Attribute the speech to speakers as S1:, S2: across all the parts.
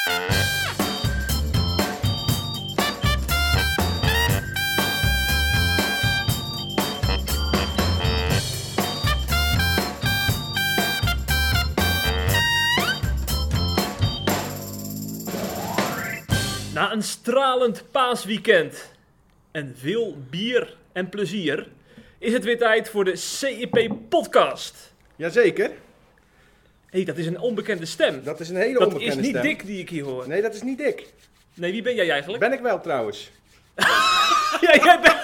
S1: Na een stralend paasweekend en veel bier en plezier is het weer tijd voor de CIP-podcast.
S2: Jazeker.
S1: Hé, dat is een onbekende stem.
S2: Dat is een hele
S1: Dat
S2: onbekende
S1: is niet
S2: stem.
S1: Dick die ik hier hoor.
S2: Nee, dat is niet Dick.
S1: Nee, wie ben jij eigenlijk?
S2: Ben ik wel trouwens.
S1: Ja, jij bent...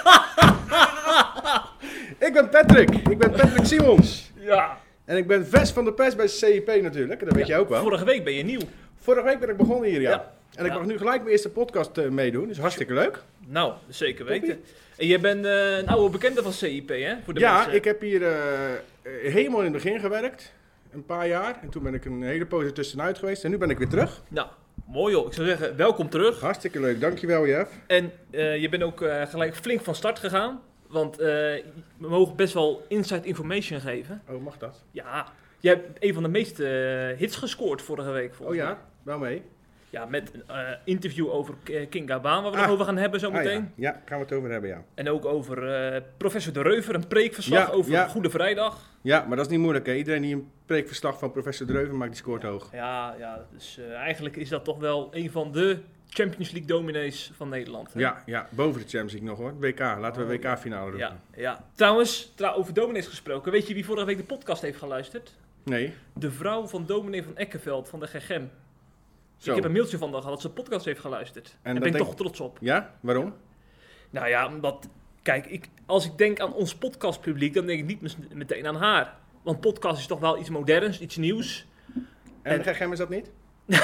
S2: Ik ben Patrick. Ik ben Patrick Simons.
S1: Ja.
S2: En ik ben vest van de pers bij CIP natuurlijk. Dat weet je ook wel.
S1: Vorige week ben je nieuw.
S2: Vorige week ben ik begonnen hier, ja.
S1: Ja.
S2: En ik
S1: Ja.
S2: mag nu gelijk mijn eerste podcast meedoen. Dus hartstikke leuk.
S1: Nou, zeker weten. En jij bent een oude bekende van CIP, hè? Voor de
S2: Ja,
S1: mensen.
S2: ik heb hier helemaal in het begin gewerkt. Een paar jaar. En toen ben ik een hele poos ertussenuit geweest. En nu ben ik weer terug.
S1: Nou, mooi joh. Ik zou zeggen, welkom terug.
S2: Hartstikke leuk. Dankjewel, Jeff.
S1: En je bent ook gelijk flink van start gegaan. Want we mogen best wel inside information geven.
S2: Oh, mag dat?
S1: Ja, jij hebt een van de meeste hits gescoord vorige week.
S2: Oh
S1: volgens mij.
S2: ja, wel mee.
S1: Ja, met een interview over King Gabaan, waar we het nog over gaan hebben zometeen.
S2: Ah, ja. Ja, gaan we het over hebben, ja.
S1: En ook over professor De Reuver, een preekverslag
S2: Ja,
S1: over
S2: ja.
S1: Goede Vrijdag.
S2: Ja, maar dat is niet moeilijk, hè. Iedereen die een preekverslag van professor De Reuver maakt, die scoort hoog.
S1: Ja, dus eigenlijk is dat toch wel een van de Champions League dominees van Nederland. Hè?
S2: Ja, boven de Champions League nog hoor. WK, laten we WK-finale doen.
S1: Ja. Trouwens, over dominees gesproken, weet je wie vorige week de podcast heeft geluisterd?
S2: Nee?
S1: De vrouw van dominee van Eckenveld van de GGM.
S2: Zo.
S1: Ik heb een mailtje van haar gehad dat ze de podcast heeft geluisterd. Daar ben ik toch trots op.
S2: Ja? Waarom?
S1: Nou ja, omdat, kijk, als ik denk aan ons podcastpubliek, dan denk ik niet meteen aan haar. Want podcast is toch wel iets moderns, iets nieuws.
S2: En de GGM is dat niet?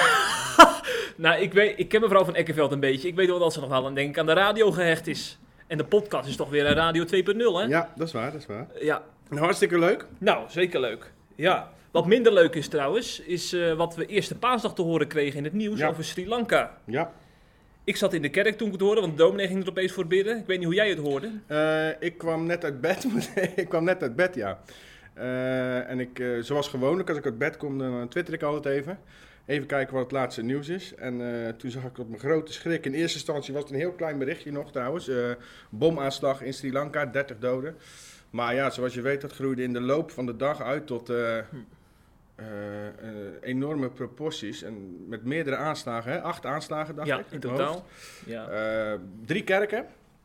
S1: Nou, ik ken mevrouw van Eckenveld een beetje. Ik weet wel dat ze nog wel aan de radio gehecht is. En de podcast is toch weer een radio 2.0, hè?
S2: Ja, dat is waar.
S1: Ja.
S2: Nou, hartstikke leuk.
S1: Nou, zeker leuk. Ja. Wat minder leuk is trouwens, is wat we eerste paasdag te horen kregen in het nieuws over Sri Lanka.
S2: Ja.
S1: Ik zat in de kerk toen ik het hoorde, want de dominee ging er opeens voor bidden. Ik weet niet hoe jij het hoorde.
S2: Ik kwam net uit bed. Ja. En zoals gewoonlijk, als ik uit bed kom, dan twitter ik altijd even. Even kijken wat het laatste nieuws is. En toen zag ik tot mijn grote schrik. In eerste instantie was het een heel klein berichtje nog trouwens. Bomaanslag in Sri Lanka, 30 doden. Maar ja, zoals je weet, dat groeide in de loop van de dag uit tot enorme proporties. En met meerdere aanslagen, hè? 8 aanslagen dacht ik.
S1: Ja, in totaal. Ja.
S2: 3 kerken.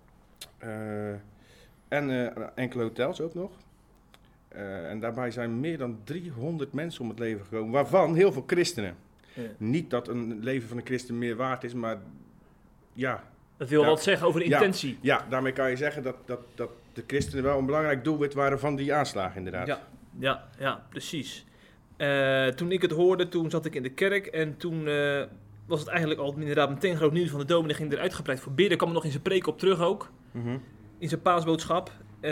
S2: En enkele hotels ook nog. En daarbij zijn meer dan 300 mensen om het leven gekomen. Waarvan heel veel christenen. Ja. Niet dat een leven van een christen meer waard is, maar ja.
S1: Dat wil wat zeggen over de intentie.
S2: Ja, daarmee kan je zeggen dat de christenen wel een belangrijk doelwit waren van die aanslagen inderdaad.
S1: Ja, precies. Toen ik het hoorde, toen zat ik in de kerk en toen was het eigenlijk al inderdaad meteen groot nieuws van de dominee ging er uitgebreid voor bidden. Kwam er nog in zijn preek op terug ook, in zijn paasboodschap.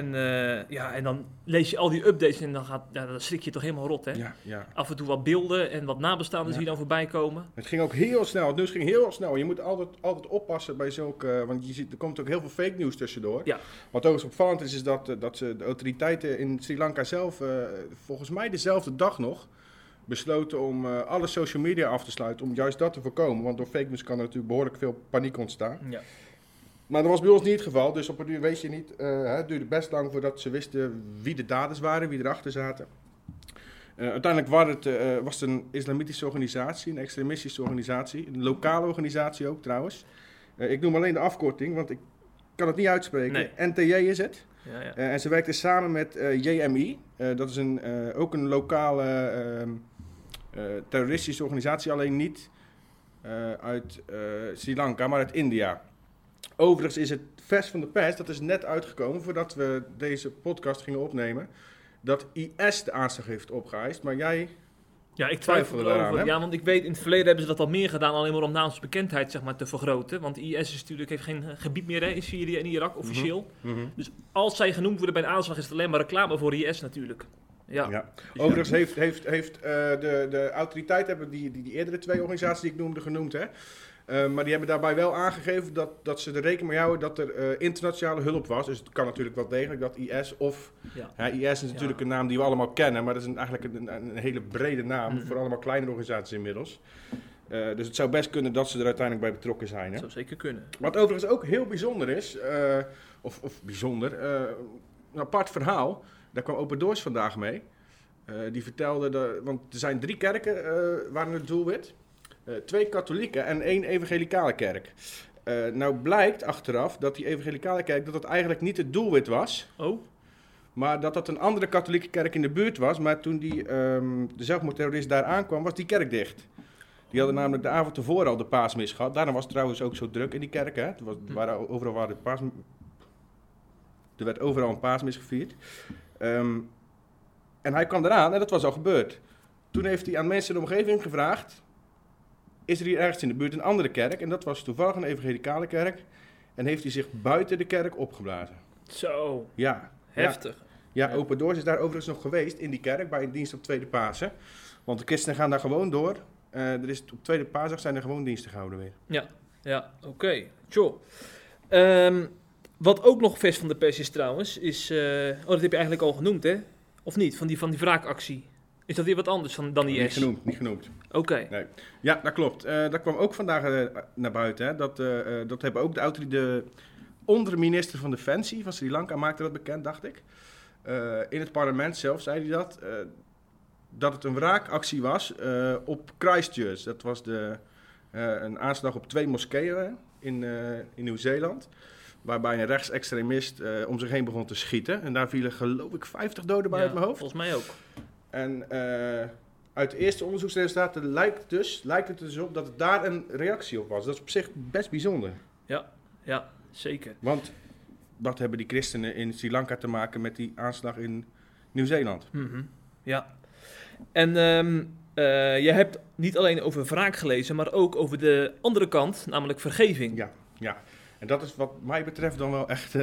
S1: En dan lees je al die updates en dan schrik je toch helemaal rot, hè?
S2: Ja.
S1: Af en toe wat beelden en wat nabestaanden zie je dan voorbij komen.
S2: Het ging ook heel snel, het nieuws ging heel snel. Je moet altijd oppassen bij zulke, want je ziet, er komt ook heel veel fake nieuws tussendoor. Ja. Wat overigens opvallend is dat ze de autoriteiten in Sri Lanka zelf, volgens mij dezelfde dag nog, besloten om alle social media af te sluiten, om juist dat te voorkomen. Want door fake news kan er natuurlijk behoorlijk veel paniek ontstaan. Ja. Maar dat was bij ons niet het geval, dus op het duur weet je niet. Het duurde best lang voordat ze wisten wie de daders waren, wie erachter zaten. Uiteindelijk was het een islamitische organisatie, een extremistische organisatie, een lokale organisatie ook trouwens. Ik noem alleen de afkorting, want ik kan het niet uitspreken. Nee. NTJ is het. Ja. En ze werkten samen met JMI, dat is ook een lokale terroristische organisatie, alleen niet uit Sri Lanka, maar uit India. Overigens is het vers van de pers, dat is net uitgekomen voordat we deze podcast gingen opnemen, dat IS de aanslag heeft opgeëist, maar jij...
S1: Ja, ik twijfel erover. Ja, want ik weet, in het verleden hebben ze dat al meer gedaan, alleen maar om naamsbekendheid zeg maar, te vergroten. Want IS is natuurlijk, heeft geen gebied meer in Syrië en Irak, officieel. Mm-hmm. Dus als zij genoemd worden bij een aanslag, is het alleen maar reclame voor IS natuurlijk. Ja.
S2: Dus overigens heeft de autoriteit hebben die eerdere 2 organisaties die ik noemde genoemd, hè. Maar die hebben daarbij wel aangegeven dat ze er rekening mee houden dat er internationale hulp was. Dus het kan natuurlijk wel degelijk dat IS of... Ja. IS is natuurlijk een naam die we allemaal kennen, maar dat is eigenlijk een hele brede naam voor allemaal kleine organisaties inmiddels. Dus het zou best kunnen dat ze er uiteindelijk bij betrokken zijn. Hè?
S1: Dat zou zeker kunnen.
S2: Wat overigens ook heel bijzonder is, een apart verhaal. Daar kwam Open Doors vandaag mee. Die vertelde, want er zijn 3 kerken waren het doelwit. 2 katholieke en 1 evangelicale kerk. Nou blijkt achteraf dat die evangelicale kerk dat eigenlijk niet het doelwit was.
S1: Oh?
S2: Maar dat een andere katholieke kerk in de buurt was. Maar toen de zelfmoordterrorist daar aankwam, was die kerk dicht. Die hadden namelijk de avond tevoren al de paasmis gehad. Daarom was het trouwens ook zo druk in die kerk. Hè? Er werd overal een paasmis gevierd. En hij kwam eraan en dat was al gebeurd. Toen heeft hij aan mensen in de omgeving gevraagd: is er hier ergens in de buurt een andere kerk? En dat was toevallig een evangelicale kerk. En heeft hij zich buiten de kerk opgeblazen.
S1: Zo.
S2: Ja.
S1: Heftig.
S2: Ja, Open Doors is daar overigens nog geweest in die kerk bij een dienst op Tweede Pasen. Want de christenen gaan daar gewoon door. Er is op Tweede Paasdag zijn er gewoon diensten gehouden weer.
S1: Ja, oké. Sure. Wat ook nog vers van de pers is trouwens, is... dat heb je eigenlijk al genoemd, hè? Of niet? Van die wraakactie. Is dat weer wat anders dan die S?
S2: Niet genoemd.
S1: Oké.
S2: Nee. Ja, dat klopt. Dat kwam ook vandaag naar buiten. Hè. Dat hebben ook de onderminister van Defensie van Sri Lanka maakte dat bekend, dacht ik. In het parlement zelf zei hij dat het een wraakactie was op Christchurch. Dat was een aanslag op 2 moskeeën in Nieuw-Zeeland. Waarbij een rechtsextremist om zich heen begon te schieten. En daar vielen geloof ik 50 doden bij uit mijn hoofd.
S1: Volgens mij ook.
S2: En uit de eerste onderzoeksresultaten lijkt het dus op dat het daar een reactie op was. Dat is op zich best bijzonder.
S1: Ja, zeker.
S2: Want wat hebben die christenen in Sri Lanka te maken met die aanslag in Nieuw-Zeeland?
S1: Mm-hmm. Ja. En je hebt niet alleen over wraak gelezen, maar ook over de andere kant, namelijk vergeving.
S2: Ja. En dat is wat mij betreft dan wel echt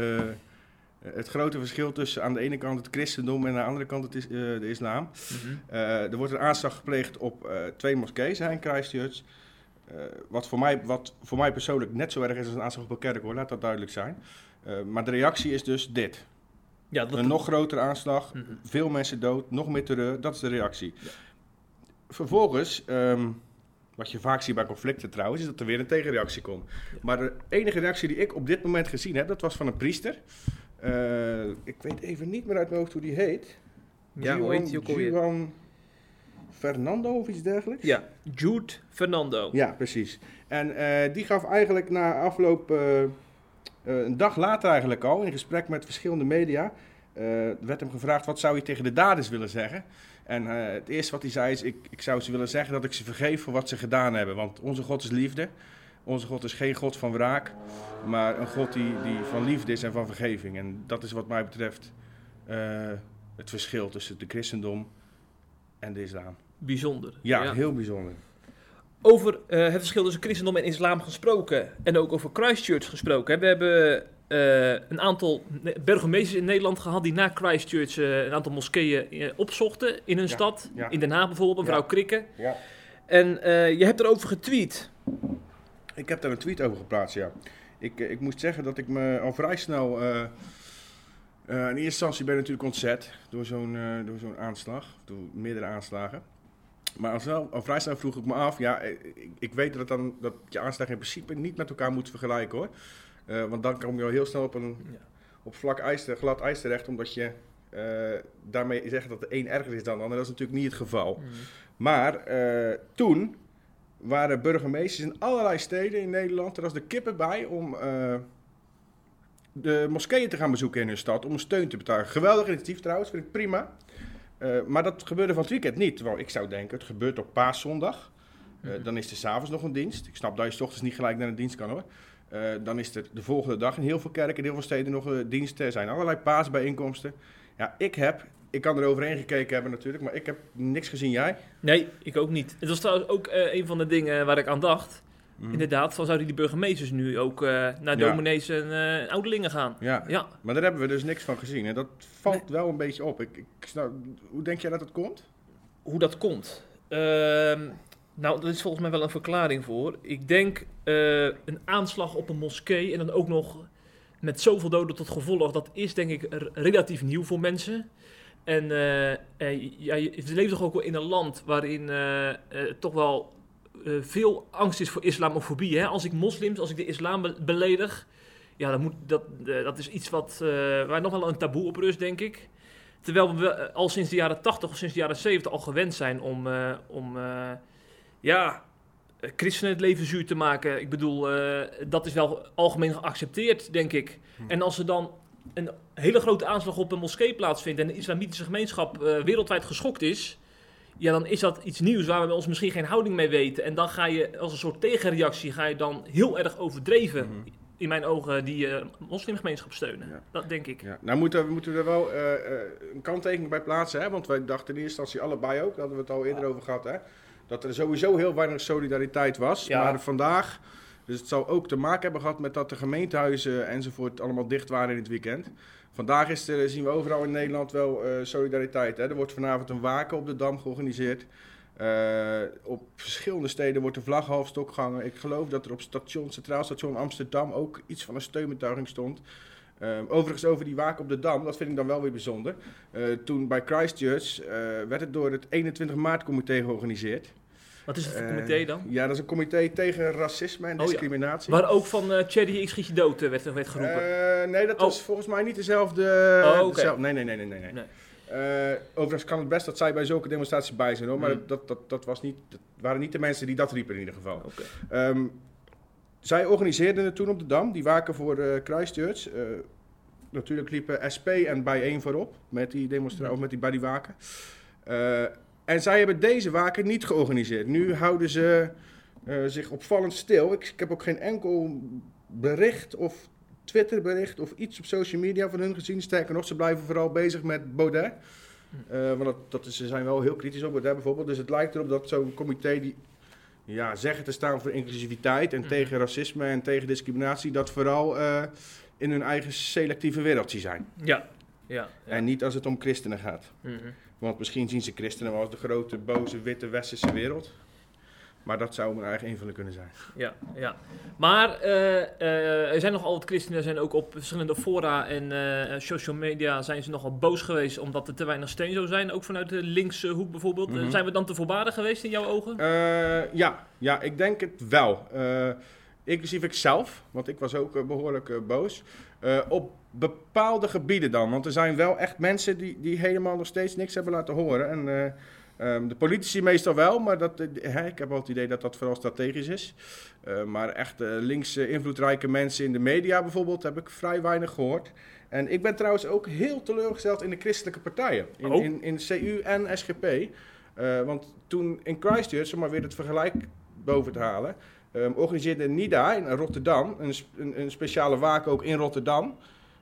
S2: het grote verschil tussen aan de ene kant het christendom en aan de andere kant de islam. Mm-hmm. Er wordt een aanslag gepleegd op 2 moskeeën in Christchurch. Wat voor mij persoonlijk net zo erg is als een aanslag op een kerk, hoor, laat dat duidelijk zijn. Maar de reactie is dus dit. Ja, een nog grotere aanslag, veel mensen dood, nog meer terreur, dat is de reactie. Ja. Vervolgens, wat je vaak ziet bij conflicten trouwens, is dat er weer een tegenreactie komt. Ja. Maar de enige reactie die ik op dit moment gezien heb, dat was van een priester. Ik weet even niet meer uit mijn hoofd hoe die heet.
S1: Ja, hoe heet die ook alweer?
S2: Juan Fernando of iets dergelijks?
S1: Ja, Jude Fernando.
S2: Ja, precies. En die gaf eigenlijk na afloop, een dag later eigenlijk al, in gesprek met verschillende media, werd hem gevraagd: wat zou je tegen de daders willen zeggen? En het eerste wat hij zei is: ik zou ze willen zeggen dat ik ze vergeef voor wat ze gedaan hebben. Want onze God is liefde. Onze God is geen God van wraak, maar een God die van liefde is en van vergeving. En dat is wat mij betreft het verschil tussen het christendom en de islam.
S1: Bijzonder.
S2: Ja, heel bijzonder.
S1: Over het verschil tussen christendom en islam gesproken en ook over Christchurch gesproken. We hebben een aantal burgemeesters in Nederland gehad die na Christchurch een aantal moskeeën opzochten in hun stad. Ja. In Den Haag bijvoorbeeld, mevrouw Krikke. Ja. En je hebt erover getweet.
S2: Ik heb daar een tweet over geplaatst, ja. Ik moest zeggen dat ik me al vrij snel... in eerste instantie ben ik natuurlijk ontzet door zo'n aanslag, door meerdere aanslagen. Maar al vrij snel vroeg ik me af, ik weet dat je aanslagen in principe niet met elkaar moet vergelijken, hoor. Want dan kom je al heel snel op glad ijs terecht, omdat je daarmee zegt dat de een erger is dan de ander. Dat is natuurlijk niet het geval. Mm. Maar toen waren burgemeesters in allerlei steden in Nederland, er was de kippen bij om de moskeeën te gaan bezoeken in hun stad, om een steun te betuigen. Geweldig initiatief trouwens, vind ik prima. Maar dat gebeurde van het weekend niet. Terwijl ik zou denken, het gebeurt op Paaszondag. Dan is er 's avonds nog een dienst. Ik snap dat je 's ochtends niet gelijk naar een dienst kan, hoor. Dan is er de volgende dag in heel veel kerken, in heel veel steden nog een dienst. Er zijn allerlei paasbijeenkomsten. Ja, ik kan er overheen gekeken hebben natuurlijk, maar ik heb niks gezien. Jij?
S1: Nee, ik ook niet. Het was trouwens ook een van de dingen waar ik aan dacht. Inderdaad, van zouden die burgemeesters nu ook naar dominees en ouderlingen gaan.
S2: Ja, maar daar hebben we dus niks van gezien. En dat valt wel een beetje op. Hoe denk jij dat het komt?
S1: Hoe dat komt? Nou, er is volgens mij wel een verklaring voor. Ik denk een aanslag op een moskee en dan ook nog met zoveel doden tot gevolg. Dat is denk ik relatief nieuw voor mensen. En je leeft toch ook wel in een land waarin toch wel veel angst is voor islamofobie. Hè? Als ik de islam beledig, ja, dat is iets waar nog wel een taboe op rust, denk ik. Terwijl we al sinds de jaren 80 of sinds de jaren 70 al gewend zijn om christenen het leven zuur te maken. Ik bedoel, dat is wel algemeen geaccepteerd, denk ik. En als er dan een hele grote aanslag op een moskee plaatsvindt en de islamitische gemeenschap wereldwijd geschokt is, ja, dan is dat iets nieuws waar we ons misschien geen houding mee weten. En dan ga je als een soort tegenreactie dan heel erg overdreven, in mijn ogen, die moslimgemeenschap steunen. Ja. Dat denk ik. Ja.
S2: Nou moeten we er wel een kanttekening bij plaatsen, hè? Want wij dachten in eerste instantie allebei ook, daar hadden we het al eerder over gehad, hè? Dat er sowieso heel weinig solidariteit was. Ja. Maar vandaag, dus het zal ook te maken hebben gehad met dat de gemeentehuizen enzovoort allemaal dicht waren in het weekend. Vandaag zien we overal in Nederland wel solidariteit. Hè? Er wordt vanavond een waken op de Dam georganiseerd. Op verschillende steden wordt de vlag half stok gehangen. Ik geloof dat er op Centraal Station Amsterdam ook iets van een steunbetuiging stond. Overigens over die waken op de Dam, dat vind ik dan wel weer bijzonder. Toen bij Christchurch werd het door het 21 maart comité georganiseerd.
S1: Wat is het voor comité dan?
S2: Ja, dat is een comité tegen racisme en discriminatie.
S1: Waar ook van Thierry, ik schiet je dood werd geroepen.
S2: Nee, dat was volgens mij niet dezelfde. Nee. Overigens kan het best dat zij bij zulke demonstraties bij zijn, hoor. Maar dat waren niet de mensen die dat riepen in ieder geval. Okay. Zij organiseerden het toen op de Dam, die waken voor Christchurch. Natuurlijk liepen SP en Bijeen voorop met die demonstratie, bij die waken. En zij hebben deze waken niet georganiseerd. Nu houden ze zich opvallend stil. Ik heb ook geen enkel bericht of Twitterbericht of iets op social media van hun gezien. Sterker nog, ze blijven vooral bezig met Baudet. Want ze zijn wel heel kritisch op Baudet bijvoorbeeld. Dus het lijkt erop dat zo'n comité die zeggen te staan voor inclusiviteit en tegen racisme en tegen discriminatie, dat vooral in hun eigen selectieve wereldje zijn. Ja. En niet als het om christenen gaat. Want misschien zien ze christenen wel als de grote, boze, witte, westerse wereld. Maar dat zou mijn eigen invulling kunnen zijn.
S1: Ja. Maar er zijn nogal wat christenen, zijn ook op verschillende fora en social media zijn ze nogal boos geweest omdat er te weinig steun zou zijn. Ook vanuit de linkse hoek bijvoorbeeld. Zijn we dan te voorbarig geweest in jouw ogen?
S2: Ja, ik denk het wel. Inclusief ikzelf, want ik was ook behoorlijk boos. Op bepaalde gebieden dan. Want er zijn wel echt mensen die helemaal nog steeds niks hebben laten horen. En de politici meestal wel, maar ik heb wel het idee dat dat vooral strategisch is. Maar echt linkse invloedrijke mensen in de media bijvoorbeeld heb ik vrij weinig gehoord. En ik ben trouwens ook heel teleurgesteld in de christelijke partijen. In CU en SGP. Want toen in Christchurch, om maar weer het vergelijk boven te halen, organiseerde NIDA in Rotterdam een speciale waken ook in Rotterdam.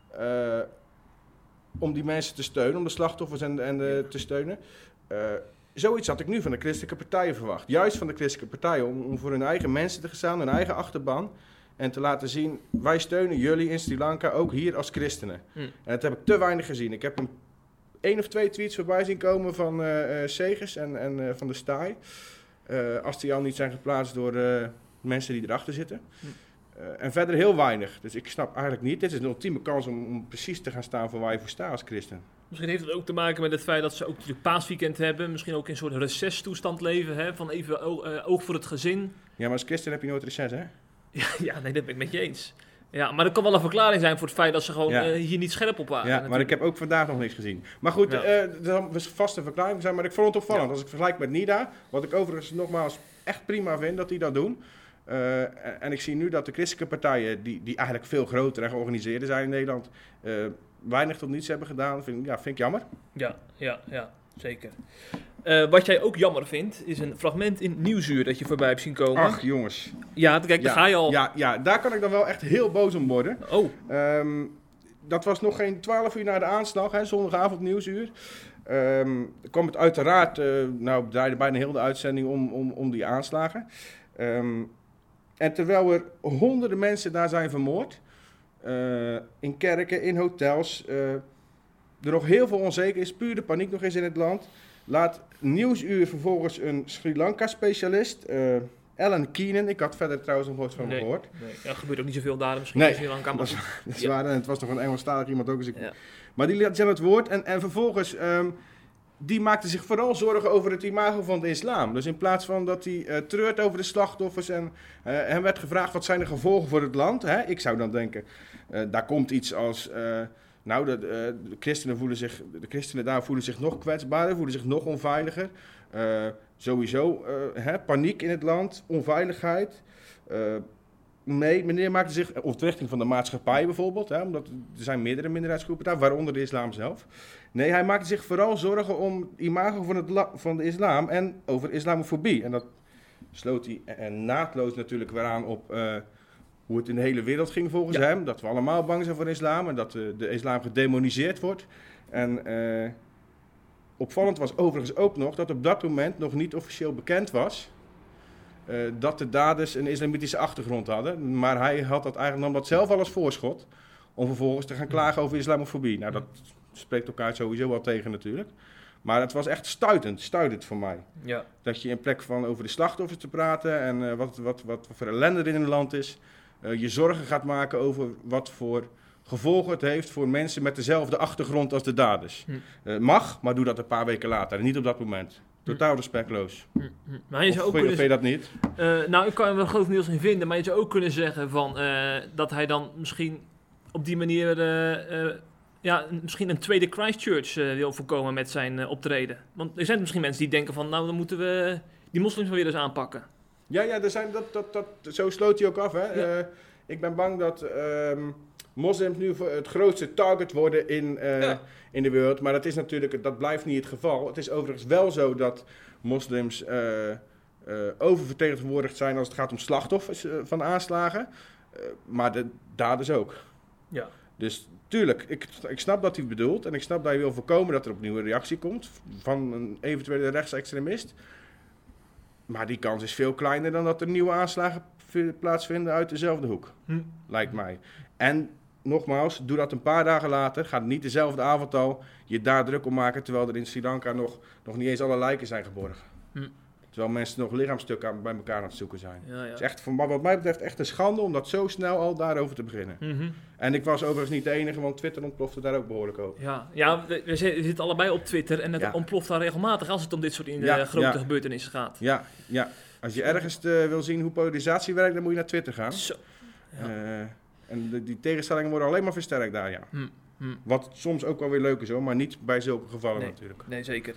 S2: Om die mensen te steunen, om de slachtoffers te steunen. Zoiets had ik nu van de christelijke partijen verwacht. Juist van de christelijke partijen, om voor hun eigen mensen te gaan staan, hun eigen achterban. En te laten zien, wij steunen jullie in Sri Lanka ook hier als christenen. En dat heb ik te weinig gezien. Ik heb 1 of 2 tweets voorbij zien komen van Segers en van de Staaij. Als die al niet zijn geplaatst door mensen die erachter zitten. En verder heel weinig. Dus ik snap eigenlijk niet. Dit is een ultieme kans om precies te gaan staan voor waar je voor staat als christen.
S1: Misschien heeft het ook te maken met het feit dat ze ook natuurlijk paasweekend hebben. Misschien ook in een soort recestoestand leven. Hè? Van even oog voor het gezin.
S2: Ja, maar als christen heb je nooit reces, hè?
S1: Ja, nee, dat ben ik met je eens. Ja, maar dat kan wel een verklaring zijn voor het feit dat ze gewoon hier niet scherp op waren.
S2: Ja, natuurlijk. Maar ik heb ook vandaag nog niks gezien. Maar goed, er zal vast een verklaring zijn. Maar ik vond het opvallend. Als ik vergelijk met NIDA, wat ik overigens nogmaals echt prima vind dat die dat doen. En ik zie nu dat de christelijke partijen, die eigenlijk veel groter en georganiseerder zijn in Nederland, weinig tot niets hebben gedaan. Vind ik jammer.
S1: Ja, zeker. Wat jij ook jammer vindt, is een fragment in Nieuwsuur dat je voorbij hebt zien komen.
S2: Ach, jongens.
S1: Ja, kijk, daar ga je al.
S2: Ja, daar kan ik dan wel echt heel boos om worden.
S1: Oh.
S2: Dat was nog geen 12 uur na de aanslag, hè, zondagavond Nieuwsuur. Kwam het uiteraard, draaide bijna heel de uitzending om die aanslagen. En terwijl er honderden mensen daar zijn vermoord, in kerken, in hotels, er nog heel veel onzeker is, puur de paniek nog eens in het land, laat Nieuwsuur vervolgens een Sri Lanka-specialist, Alan Keenan, ik had verder trouwens nog nooit van hem gehoord.
S1: Nee, er gebeurt ook niet zoveel daar misschien
S2: in
S1: Sri Lanka.
S2: Het was nog een Engelstalig iemand ook eens. Maar die laat ze aan het woord en vervolgens die maakte zich vooral zorgen over het imago van de islam. Dus in plaats van dat hij treurt over de slachtoffers en hem werd gevraagd wat zijn de gevolgen voor het land. Hè? Ik zou dan denken, daar komt iets als, de christenen daar voelen zich nog kwetsbaarder, voelen zich nog onveiliger. Sowieso paniek in het land, onveiligheid. Nee, meneer maakte zich, of de richting van de maatschappij bijvoorbeeld, omdat er zijn meerdere minderheidsgroepen daar, waaronder de islam zelf. Nee, hij maakte zich vooral zorgen om het imago van de islam en over islamofobie. En dat sloot hij naadloos natuurlijk weer aan op hoe het in de hele wereld ging volgens hem. Dat we allemaal bang zijn voor de islam en dat de islam gedemoniseerd wordt. En opvallend was overigens ook nog dat op dat moment nog niet officieel bekend was dat de daders een islamitische achtergrond hadden. Maar hij had dat eigenlijk nam dat zelf al als voorschot om vervolgens te gaan klagen over islamofobie. Nou, dat spreekt elkaar sowieso wel tegen natuurlijk. Maar het was echt stuitend voor mij. Ja. Dat je in plek van over de slachtoffers te praten en wat voor ellende er in het land is, je zorgen gaat maken over wat voor gevolgen het heeft voor mensen met dezelfde achtergrond als de daders. Mag, maar doe dat een paar weken later en niet op dat moment. Totaal respectloos.
S1: Maar je zou ook
S2: vind je dat niet?
S1: Ik kan er wel geloof niet in vinden, maar je zou ook kunnen zeggen van, dat hij dan misschien op die manier misschien een tweede Christchurch wil voorkomen met zijn optreden. Want er zijn misschien mensen die denken van, dan moeten we die moslims wel weer eens aanpakken.
S2: Ja, er zijn zo sloot hij ook af. Hè? Ja. Ik ben bang dat moslims nu het grootste target worden in de wereld. Maar dat blijft niet het geval. Het is overigens wel zo dat moslims oververtegenwoordigd zijn als het gaat om slachtoffers van aanslagen. Maar de daders ook. Ja. Dus tuurlijk, ik snap dat hij bedoelt. En ik snap dat hij wil voorkomen dat er opnieuw een reactie komt van een eventuele rechtsextremist. Maar die kans is veel kleiner dan dat er nieuwe aanslagen plaatsvinden uit dezelfde hoek. Lijkt mij. En nogmaals, doe dat een paar dagen later. Ga niet dezelfde avond al je daar druk om maken, terwijl er in Sri Lanka nog niet eens alle lijken zijn geborgen. Terwijl mensen nog lichaamsstukken bij elkaar aan het zoeken zijn. Het is echt, wat mij betreft, echt een schande om dat zo snel al daarover te beginnen. En ik was overigens niet de enige, want Twitter ontplofte daar ook behoorlijk over.
S1: We zitten allebei op Twitter en het ontploft daar regelmatig als het om dit soort grote gebeurtenissen gaat.
S2: Ja. Als je ergens wil zien hoe polarisatie werkt, dan moet je naar Twitter gaan. Zo. En die tegenstellingen worden alleen maar versterkt daar, Wat soms ook wel weer leuk is hoor, maar niet bij zulke gevallen natuurlijk.
S1: Nee, zeker.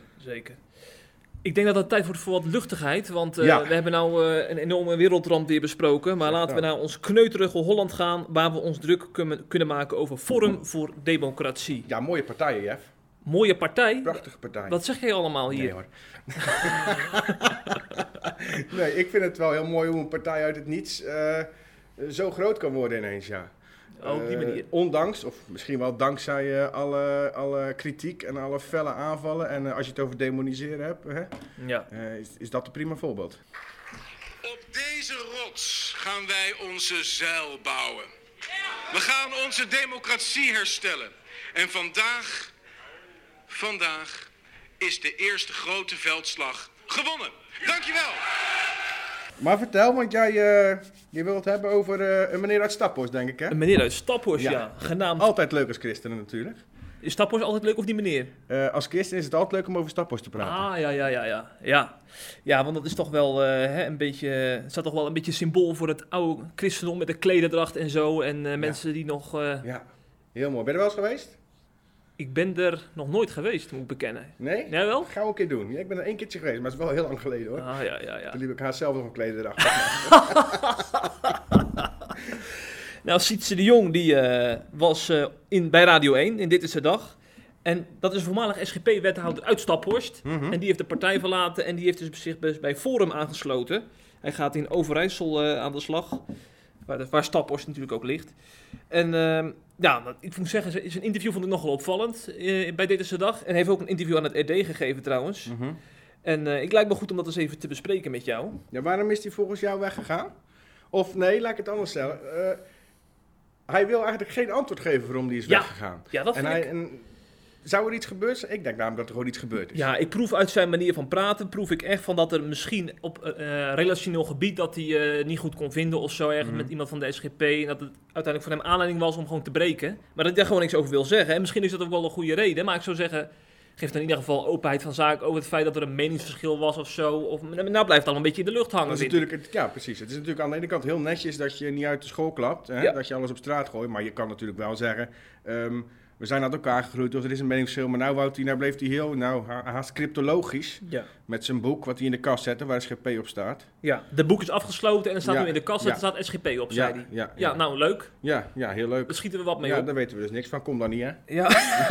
S1: Ik denk dat het tijd wordt voor wat luchtigheid, want we hebben nou een enorme wereldramp weer besproken. Maar laten we naar ons kneuterige Holland gaan, waar we ons druk kunnen maken over Forum voor Democratie.
S2: Ja, mooie partijen, Jeff.
S1: Mooie partij?
S2: Prachtige partij.
S1: Wat zeg jij allemaal hier?
S2: Nee hoor. Nee, ik vind het wel heel mooi hoe een partij uit het niets zo groot kan worden ineens,
S1: Op die manier.
S2: Ondanks, of misschien wel dankzij alle kritiek en alle felle aanvallen. En als je het over demoniseren hebt, is dat een prima voorbeeld.
S3: Op deze rots gaan wij onze zuil bouwen. We gaan onze democratie herstellen. En vandaag is de eerste grote veldslag gewonnen. Dankjewel.
S2: Maar vertel, want je wilt het hebben over een meneer uit Staphorst, denk ik, hè?
S1: Een meneer uit Staphorst, genaamd...
S2: Altijd leuk als christenen natuurlijk.
S1: Is Staphorst altijd leuk of die meneer?
S2: Als christen is het altijd leuk om over Staphorst te praten.
S1: Ja, want dat is toch wel een beetje... Het staat toch wel een beetje symbool voor het oude christendom met de klederdracht en zo. En mensen die nog...
S2: Ja, heel mooi. Ben je er wel eens geweest?
S1: Ik ben er nog nooit geweest, moet ik bekennen.
S2: Nee?
S1: Jij wel?
S2: Gaan we een keer doen. Ja, ik ben er 1 keertje geweest, maar het is wel heel lang geleden hoor.
S1: Ja.
S2: Toen liep ik haar zelf nog een klederdracht.
S1: Nou, Sietse de Jong, die was bij Radio 1, in Dit is de Dag. En dat is een voormalig SGP-wethouder uit Staphorst. En die heeft de partij verlaten en die heeft dus zich bij Forum aangesloten. Hij gaat in Overijssel aan de slag, waar Staphorst natuurlijk ook ligt. En ik moet zeggen, zijn interview vond ik nogal opvallend bij Dit is de Dag. En hij heeft ook een interview aan het RD gegeven trouwens. En ik lijkt me goed om dat eens even te bespreken met jou.
S2: Ja, waarom is hij volgens jou weggegaan? Of nee, laat ik het anders stellen. Hij wil eigenlijk geen antwoord geven waarom hij is weggegaan.
S1: Ja, dat vind ik.
S2: Zou er iets gebeurd zijn? Ik denk namelijk dat er gewoon iets gebeurd is.
S1: Ja, ik proef uit zijn manier van praten, echt van dat er misschien op relationeel gebied dat hij niet goed kon vinden of zo ergens met iemand van de SGP. En dat het uiteindelijk voor hem aanleiding was om gewoon te breken. Maar dat hij daar gewoon niks over wil zeggen. En misschien is dat ook wel een goede reden. Maar ik zou zeggen, geeft dan in ieder geval openheid van zaken over het feit dat er een meningsverschil was of zo. Of, nou blijft het al een beetje in de lucht hangen.
S2: Dat is natuurlijk, ja, precies. Het is natuurlijk aan de ene kant heel netjes dat je niet uit de school klapt. Hè? Ja. Dat je alles op straat gooit. Maar je kan natuurlijk wel zeggen... we zijn uit elkaar gegroeid, of er is een meningsverschil. Maar nou bleef hij heel haast cryptologisch. Ja. Met zijn boek, wat hij in de kast zette, waar SGP op staat.
S1: Ja, de boek is afgesloten en er staat nu in de kast, er staat SGP op, zei hij. Ja, nou, leuk.
S2: Ja, heel leuk.
S1: Daar schieten we wat mee op.
S2: Ja, daar weten we dus niks van. Kom dan niet, hè?
S1: Ja.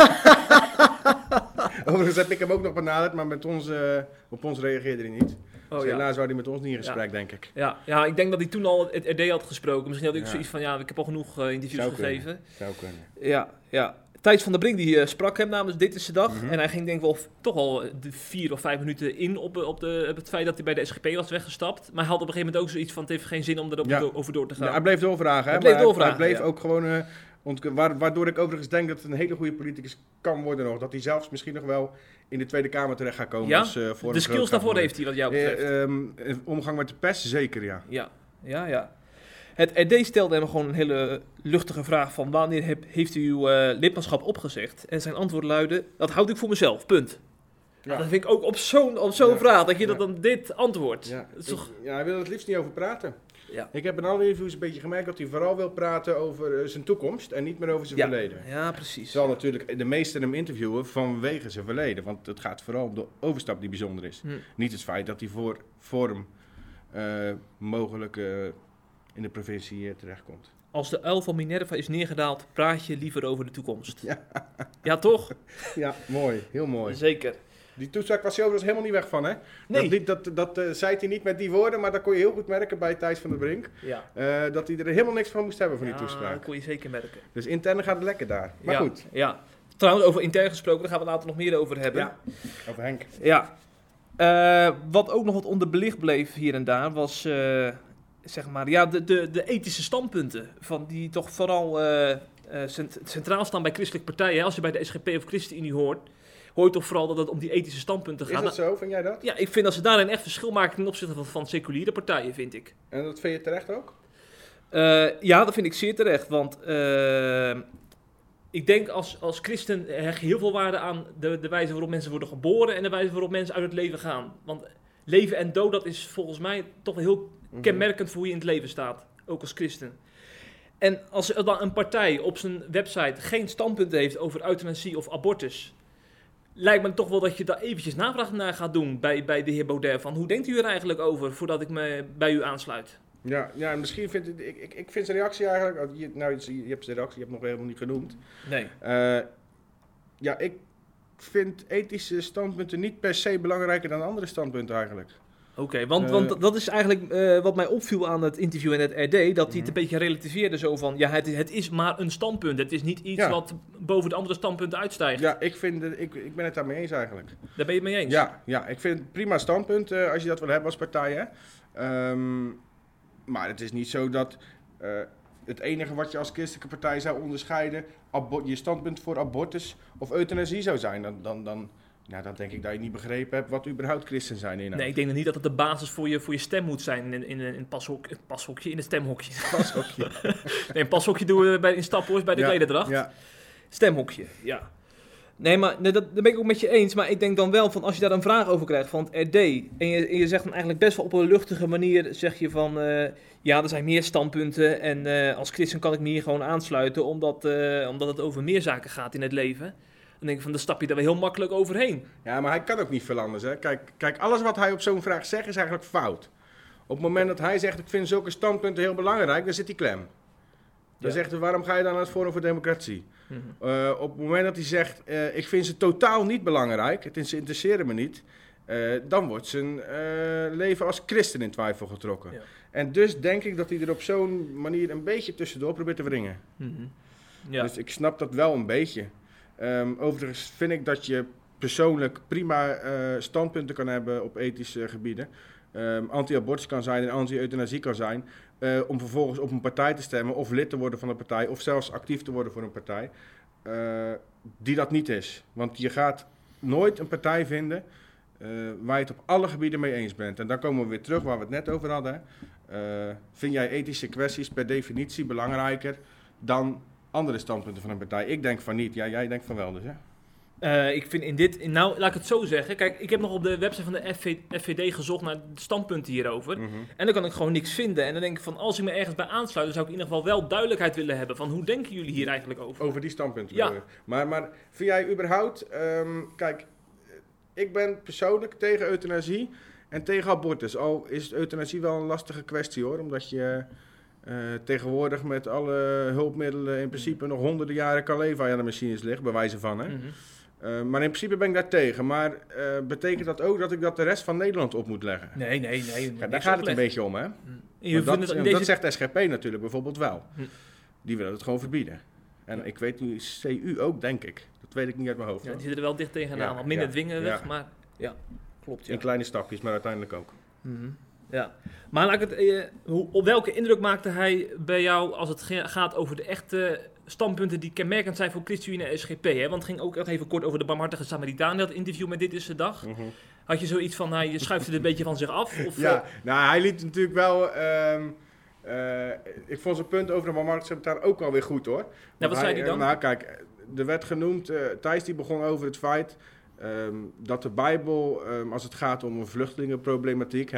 S2: Overigens heb ik hem ook nog benaderd, maar op ons reageerde hij niet. Dus helaas wou hij met ons niet in gesprek, denk ik.
S1: Ja, ik denk dat hij toen al het RD had gesproken. Misschien had ik zoiets van, ik heb al genoeg interviews gegeven.
S2: Zou kunnen.
S1: Ja. Thijs van der Brink die sprak hem namens Dit is de Dag. En hij ging denk ik wel toch al 4 of 5 minuten in op het feit dat hij bij de SGP was weggestapt. Maar hij had op een gegeven moment ook zoiets van, het heeft geen zin om over door te gaan.
S2: Ja, hij bleef doorvragen. Hij bleef ook gewoon... waardoor ik overigens denk dat het een hele goede politicus kan worden nog. Dat hij zelfs misschien nog wel in de Tweede Kamer terecht gaat komen.
S1: Ja?
S2: Als,
S1: de skills daarvoor heeft hij wat jou betreft.
S2: Omgang met de pers, zeker ja.
S1: Ja. Het RD stelde hem gewoon een hele luchtige vraag van... wanneer heeft u uw lidmaatschap opgezegd? En zijn antwoord luidde... dat houd ik voor mezelf, punt. Ja. Dat vind ik ook op zo'n vraag, dat je dat dan dit antwoordt.
S2: Ja. Hij wil er het liefst niet over praten. Ja. Ik heb in alle interviews een beetje gemerkt dat hij vooral wil praten over zijn toekomst... en niet meer over zijn verleden.
S1: Ja, precies.
S2: Zal natuurlijk de meesten hem interviewen vanwege zijn verleden. Want het gaat vooral om de overstap die bijzonder is. Niet het feit dat hij voor hem mogelijk... in de provincie terechtkomt.
S1: Als de uil van Minerva is neergedaald, praat je liever over de toekomst. Ja, toch?
S2: Ja, mooi. Heel mooi.
S1: Zeker.
S2: Die toespraak was hij overigens helemaal niet weg van, hè?
S1: Nee.
S2: Dat zei hij niet met die woorden, maar dat kon je heel goed merken bij Thijs van der Brink. Ja. Dat hij er helemaal niks van moest hebben van die toespraak.
S1: Dat kon je zeker merken.
S2: Dus intern gaat het lekker daar. Maar goed.
S1: Ja. Trouwens, over intern gesproken, daar gaan we later nog meer over hebben.
S2: Ja, over Henk.
S1: Ja. Wat ook nog wat onderbelicht bleef hier en daar, was... zeg maar, de ethische standpunten van die toch vooral centraal staan bij christelijke partijen. Als je bij de SGP of ChristenUnie hoor je toch vooral dat het om die ethische standpunten gaat.
S2: Is dat zo? Vind jij dat?
S1: Ja, ik vind dat ze daarin echt verschil maken ten opzichte van seculiere partijen, vind ik.
S2: En dat vind je terecht ook?
S1: Ja, dat vind ik zeer terecht, want ik denk als christen hecht je heel veel waarde aan de wijze waarop mensen worden geboren en de wijze waarop mensen uit het leven gaan. Want leven en dood, dat is volgens mij toch wel heel kenmerkend voor hoe je in het leven staat, ook als christen. En als er dan een partij op zijn website geen standpunten heeft over euthanasie of abortus, lijkt me toch wel dat je daar eventjes navraag naar gaat doen bij de heer Baudet. Van hoe denkt u er eigenlijk over voordat ik me bij u aansluit?
S2: Ja, misschien vind ik vind zijn reactie eigenlijk... Je hebt zijn reactie, je hebt nog helemaal niet genoemd.
S1: Nee.
S2: Ik vind ethische standpunten niet per se belangrijker dan andere standpunten eigenlijk.
S1: Oké, want dat is eigenlijk wat mij opviel aan het interview in het RD, dat hij het een beetje relativeerde zo van, het is maar een standpunt. Het is niet iets wat boven de andere standpunten uitstijgt.
S2: Ja, ik ben het daarmee eens eigenlijk.
S1: Daar ben je het mee eens?
S2: Ja, ik vind het prima standpunt als je dat wil hebben als partij. Hè? Maar het is niet zo dat het enige wat je als christelijke partij zou onderscheiden, je standpunt voor abortus of euthanasie zou zijn. Dan denk ik dat je niet begrepen hebt wat überhaupt christen zijn inhoudt.
S1: Nee, ik denk niet dat het de basis voor je stem moet zijn in een pashokje, in het stemhokje.
S2: Pashokje.
S1: Nee, een pashokje doen we in Staphorst bij de klederdracht.
S2: Ja.
S1: Stemhokje, ja. Nee, maar dat ben ik ook met je eens. Maar ik denk dan wel van als je daar een vraag over krijgt van het RD. En je zegt dan eigenlijk best wel op een luchtige manier. Zeg je van er zijn meer standpunten. En als christen kan ik me hier gewoon aansluiten. Omdat het over meer zaken gaat in het leven. Dan denk ik van, dan stap je daar wel heel makkelijk overheen.
S2: Ja, maar hij kan ook niet veel anders. Hè? Kijk, alles wat hij op zo'n vraag zegt is eigenlijk fout. Op het moment dat hij zegt, ik vind zulke standpunten heel belangrijk, dan zit hij klem. Dan zegt hij, waarom ga je dan naar het Forum voor Democratie? Mm-hmm. Op het moment dat hij zegt, ik vind ze totaal niet belangrijk, ze interesseren me niet, dan wordt zijn leven als christen in twijfel getrokken. Ja. En dus denk ik dat hij er op zo'n manier een beetje tussendoor probeert te wringen. Mm-hmm. Ja. Dus ik snap dat wel een beetje. Overigens vind ik dat je persoonlijk prima standpunten kan hebben op ethische gebieden. Anti-abortus kan zijn en anti-euthanasie kan zijn. Om vervolgens op een partij te stemmen of lid te worden van een partij of zelfs actief te worden voor een partij die dat niet is. Want je gaat nooit een partij vinden waar je het op alle gebieden mee eens bent. En dan komen we weer terug waar we het net over hadden. Vind jij ethische kwesties per definitie belangrijker dan andere standpunten van een partij? Ik denk van niet. Ja, jij denkt van wel dus, hè?
S1: Ik vind laat ik het zo zeggen. Kijk, ik heb nog op de website van de FVD gezocht naar de standpunten hierover. Mm-hmm. En dan kan ik gewoon niks vinden. En dan denk ik van, als ik me ergens bij aansluit, dan zou ik in ieder geval wel duidelijkheid willen hebben van hoe denken jullie hier eigenlijk over?
S2: Over die standpunten.
S1: Ja.
S2: Maar vind jij überhaupt, kijk, ik ben persoonlijk tegen euthanasie en tegen abortus. Al is euthanasie wel een lastige kwestie hoor, omdat je tegenwoordig met alle hulpmiddelen in principe nog honderden jaren kan leven als je aan de machines ligt, bij wijze van hè. Mm-hmm. Maar in principe ben ik daar tegen. Maar betekent dat ook dat ik dat de rest van Nederland op moet leggen?
S1: Nee.
S2: Ja, daar gaat het een beetje om, hè? Dat zegt SGP natuurlijk bijvoorbeeld wel. Die willen het gewoon verbieden. En ik weet nu, CU ook, denk ik. Dat weet ik niet uit mijn hoofd.
S1: Ja, die zitten er wel dicht tegenaan. Wat minder dwingerig, maar ja, klopt. Ja.
S2: In kleine stapjes, maar uiteindelijk ook.
S1: Mm-hmm. Ja, maar laat ik het, op welke indruk maakte hij bij jou als het gaat over de echte standpunten die kenmerkend zijn voor ChristenUnie en SGP? Hè? Want het ging ook echt even kort over de barmhartige Samaritaan, dat interview met Dit is de Dag. Mm-hmm. Had je zoiets van, je schuift het een beetje van zich af? Of,
S2: ja, nou hij liet natuurlijk wel... ik vond zijn punt over de barmhartige Samaritaan ook alweer goed hoor.
S1: Nou, wat zei hij dan?
S2: Nou kijk, er werd genoemd, Thijs die begon over het feit... dat de Bijbel, als het gaat om een vluchtelingenproblematiek,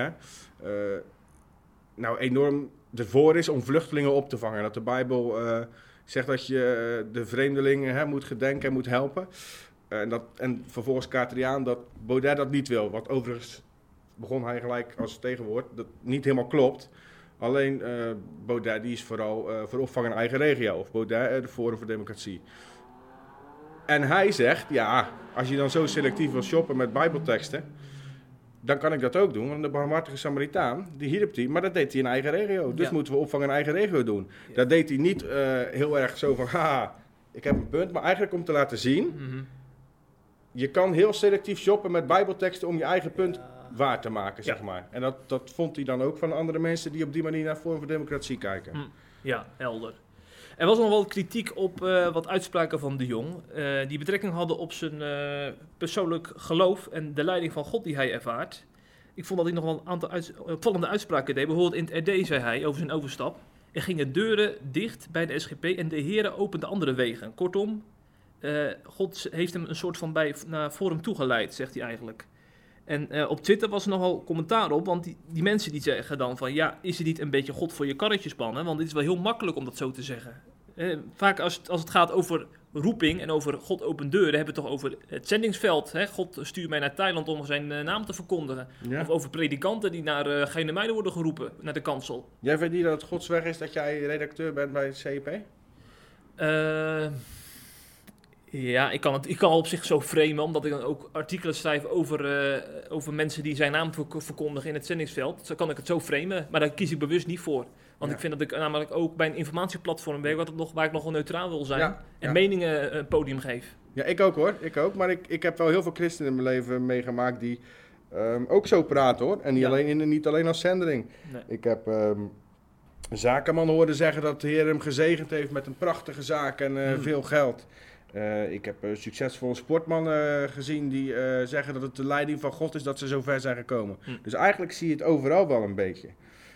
S2: nou enorm ervoor is om vluchtelingen op te vangen. En dat de Bijbel zegt dat je de vreemdelingen moet gedenken en moet helpen. En vervolgens Kateriaan dat Baudet dat niet wil. Wat overigens begon hij gelijk als tegenwoord, dat niet helemaal klopt. Alleen Baudet die is vooral voor opvang in eigen regio. Of Baudet, de Forum voor Democratie. En hij zegt, ja, als je dan zo selectief wil shoppen met bijbelteksten, dan kan ik dat ook doen. Want de barmhartige Samaritaan, die hielp hij, maar dat deed hij in eigen regio. Dus moeten we opvang in eigen regio doen. Ja. Dat deed hij niet heel erg zo van, haha, ik heb een punt. Maar eigenlijk om te laten zien, je kan heel selectief shoppen met bijbelteksten om je eigen punt waar te maken, zeg maar. En dat vond hij dan ook van andere mensen die op die manier naar Forum voor Democratie kijken.
S1: Ja, helder. Er was nog wel kritiek op wat uitspraken van de Jong, die betrekking hadden op zijn persoonlijk geloof en de leiding van God die hij ervaart. Ik vond dat hij nog wel een aantal opvallende uitspraken deed. Bijvoorbeeld in het RD zei hij over zijn overstap: er gingen deuren dicht bij de SGP en de Heere opende andere wegen. Kortom, God heeft hem een soort van naar Forum toegeleid, zegt hij eigenlijk. En op Twitter was er nogal commentaar op, want die mensen die zeggen dan van, ja, is het niet een beetje God voor je karretje spannen? Want dit is wel heel makkelijk om dat zo te zeggen. Vaak als het gaat over roeping en over God opent deuren, hebben we het toch over het zendingsveld. Hè? God stuurt mij naar Thailand om zijn naam te verkondigen. Ja. Of over predikanten die naar Genemuiden worden geroepen, naar de kansel.
S2: Jij vindt niet dat het Gods weg is dat jij redacteur bent bij het CEP?
S1: Ja, ik kan op zich zo framen, omdat ik dan ook artikelen schrijf over mensen die zijn naam verkondigen in het zendingsveld. Zo kan ik het zo framen, maar daar kies ik bewust niet voor. Want ik vind dat ik namelijk ook bij een informatieplatform werk waar ik nog wel neutraal wil zijn en meningen een podium geef.
S2: Ja, ik ook hoor. Maar ik heb wel heel veel christenen in mijn leven meegemaakt die ook zo praten hoor. En niet alleen als zendeling. Nee. Ik heb een zakenman horen zeggen dat de Heer hem gezegend heeft met een prachtige zaak en veel geld. Ik heb succesvolle sportmannen gezien die zeggen dat het de leiding van God is dat ze zo ver zijn gekomen. Dus eigenlijk zie je het overal wel een beetje.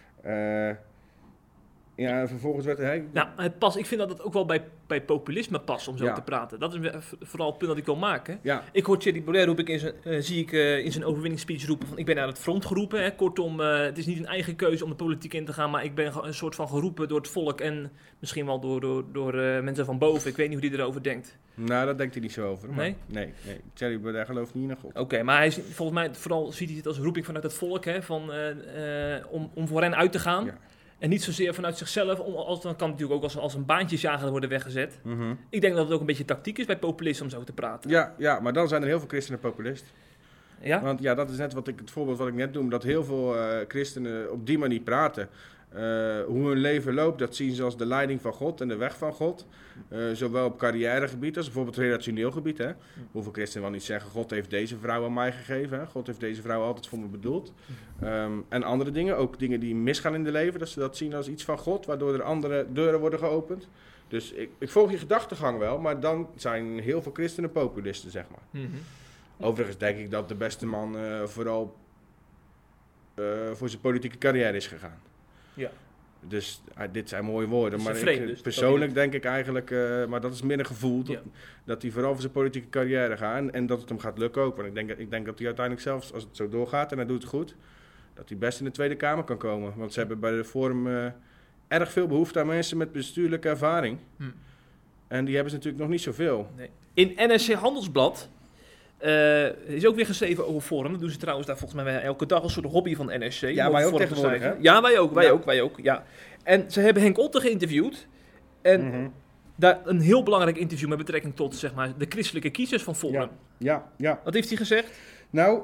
S2: Ja, vervolgens werd hij...
S1: Nou, ik vind dat het ook wel bij populisme past om zo te praten. Dat is vooral het punt dat ik wil maken. Ja. Ik hoor Thierry Baudet in zijn overwinningsspeech roepen van ik ben naar het front geroepen. Hè. Kortom, het is niet een eigen keuze om de politiek in te gaan, maar ik ben een soort van geroepen door het volk en misschien wel door mensen van boven. Ik weet niet hoe hij erover denkt.
S2: Nou, daar denkt hij niet zo over. Maar
S1: nee?
S2: Nee. Thierry Baudet gelooft niet in God.
S1: Oké, maar volgens mij vooral ziet hij het als roeping vanuit het volk, hè, om voor hen uit te gaan. Ja. En niet zozeer vanuit zichzelf, dan kan het natuurlijk ook als een baantjesjager worden weggezet. Mm-hmm. Ik denk dat het ook een beetje tactiek is bij populisten om zo te praten.
S2: Ja, maar dan zijn er heel veel christenen populist.
S1: Ja?
S2: Want ja, dat is net het voorbeeld wat ik net noem, dat heel veel christenen op die manier praten. Hoe hun leven loopt, dat zien ze als de leiding van God en de weg van God. Zowel op carrièregebied als bijvoorbeeld relationeel gebied. Hè. Hoeveel christenen wel niet zeggen, God heeft deze vrouw aan mij gegeven. Hè. God heeft deze vrouw altijd voor me bedoeld. En andere dingen, ook dingen die misgaan in de leven, dat ze dat zien als iets van God, waardoor er andere deuren worden geopend. Dus ik volg je gedachtegang wel, maar dan zijn heel veel christenen populisten, zeg maar. Mm-hmm. Overigens denk ik dat de beste man vooral voor zijn politieke carrière is gegaan.
S1: Ja.
S2: Dus dit zijn mooie woorden. Maar
S1: persoonlijk
S2: denk ik eigenlijk, maar dat is meer een gevoel, dat hij vooral voor zijn politieke carrière gaat. En dat het hem gaat lukken ook. Want ik denk dat hij uiteindelijk zelfs, als het zo doorgaat en hij doet het goed, dat hij best in de Tweede Kamer kan komen. Want ze hebben bij de Forum erg veel behoefte aan mensen met bestuurlijke ervaring. En die hebben ze natuurlijk nog niet zoveel.
S1: Nee. In NRC Handelsblad is ook weer geschreven over Forum. Dat doen ze trouwens daar volgens mij elke dag, een soort hobby van NRC.
S2: Ja, wij ook tegenwoordig, hè?
S1: Ja, wij ook. Ja. En ze hebben Henk Otte geïnterviewd. En daar een heel belangrijk interview met betrekking tot, zeg maar, de christelijke kiezers van Forum.
S2: Ja.
S1: Wat heeft hij gezegd?
S2: Nou,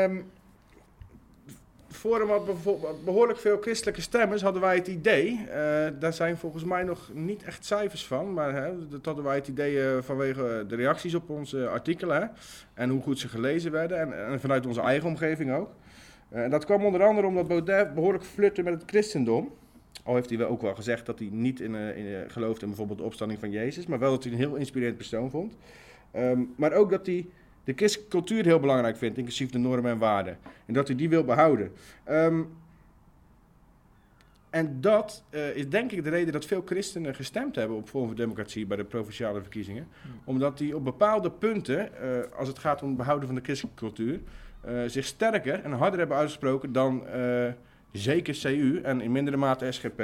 S2: Forum had bijvoorbeeld behoorlijk veel christelijke stemmers, hadden wij het idee. Daar zijn volgens mij nog niet echt cijfers van, maar dat hadden wij het idee vanwege de reacties op onze artikelen. Hè, en hoe goed ze gelezen werden en vanuit onze eigen omgeving ook. En dat kwam onder andere omdat Baudet behoorlijk flirtte met het christendom. Al heeft hij wel ook wel gezegd dat hij niet gelooft in bijvoorbeeld de opstanding van Jezus, maar wel dat hij een heel inspirerend persoon vond. Maar ook dat hij de christelijke cultuur heel belangrijk vindt, inclusief de normen en waarden. En dat hij die wil behouden. En dat is denk ik de reden dat veel christenen gestemd hebben op Forum voor Democratie bij de provinciale verkiezingen. Omdat die op bepaalde punten, als het gaat om het behouden van de christelijke cultuur, zich sterker en harder hebben uitgesproken dan zeker CU en in mindere mate SGP.